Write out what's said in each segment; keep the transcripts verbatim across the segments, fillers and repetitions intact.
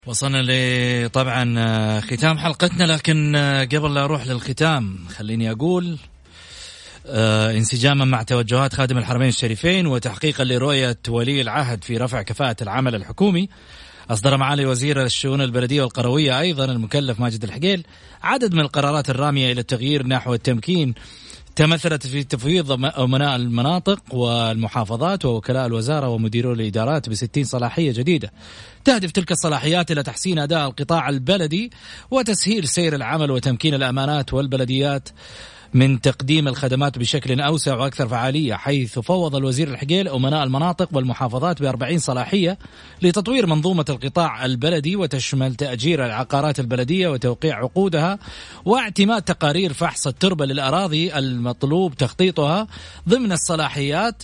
وصلنا ل طبعا ختام حلقتنا، لكن قبل لا أروح للختام خليني أقول انسجاما مع توجهات خادم الحرمين الشريفين وتحقيقا لرؤية ولي العهد في رفع كفاءة العمل الحكومي، أصدر معالي وزير الشؤون البلدية والقروية أيضا المكلف ماجد الحقيل عدد من القرارات الرامية إلى التغيير نحو التمكين، تمثلت في تفويض أمناء المناطق والمحافظات ووكلاء الوزارة ومديرو الإدارات بستين صلاحية جديدة. تهدف تلك الصلاحيات إلى تحسين أداء القطاع البلدي وتسهيل سير العمل وتمكين الأمانات والبلديات من تقديم الخدمات بشكل أوسع وأكثر فعالية، حيث فوض الوزير الحقيل أمناء المناطق والمحافظات بأربعين صلاحية لتطوير منظومة القطاع البلدي، وتشمل تأجير العقارات البلدية وتوقيع عقودها واعتماد تقارير فحص التربة للأراضي المطلوب تخطيطها ضمن الصلاحيات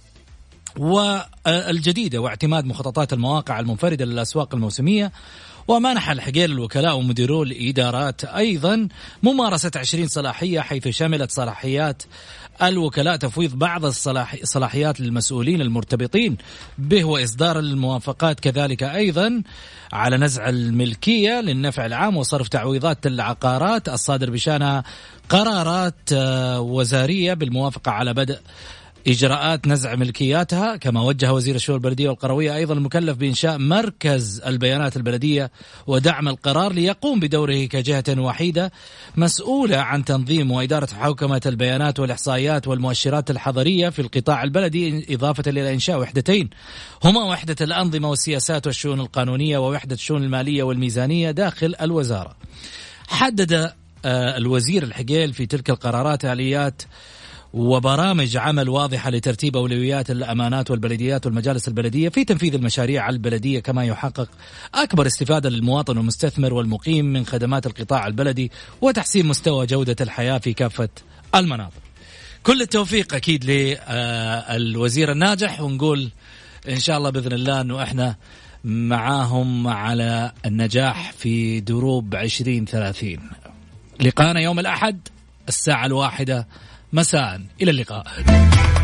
والجديدة، واعتماد مخططات المواقع المنفردة للأسواق الموسمية. ومنح الحقيل الوكلاء ومديرو الإدارات أيضا ممارسة عشرين صلاحية، حيث شملت صلاحيات الوكلاء تفويض بعض الصلاحيات للمسؤولين المرتبطين به وإصدار الموافقات، كذلك أيضا على نزع الملكية للنفع العام وصرف تعويضات العقارات الصادر بشأنها قرارات وزارية بالموافقة على بدء إجراءات نزع ملكياتها. كما وجه وزير الشؤون البلدية والقروية أيضا المكلف بإنشاء مركز البيانات البلدية ودعم القرار ليقوم بدوره كجهة وحيدة مسؤولة عن تنظيم وإدارة حوكمة البيانات والإحصائيات والمؤشرات الحضرية في القطاع البلدي، إضافة إلى إنشاء وحدتين هما وحدة الأنظمة والسياسات والشؤون القانونية ووحدة الشؤون المالية والميزانية داخل الوزارة. حدد الوزير الحقيل في تلك القرارات آليات وبرامج عمل واضحة لترتيب أولويات الأمانات والبلديات والمجالس البلدية في تنفيذ المشاريع البلدية، كما يحقق أكبر استفادة للمواطن والمستثمر والمقيم من خدمات القطاع البلدي وتحسين مستوى جودة الحياة في كافة المناطق. كل التوفيق أكيد للوزير الناجح، ونقول إن شاء الله بإذن الله أنه إحنا معاهم على النجاح في دروب عشرين ثلاثين. لقاءنا يوم الأحد الساعة الواحدة مساء، إلى اللقاء.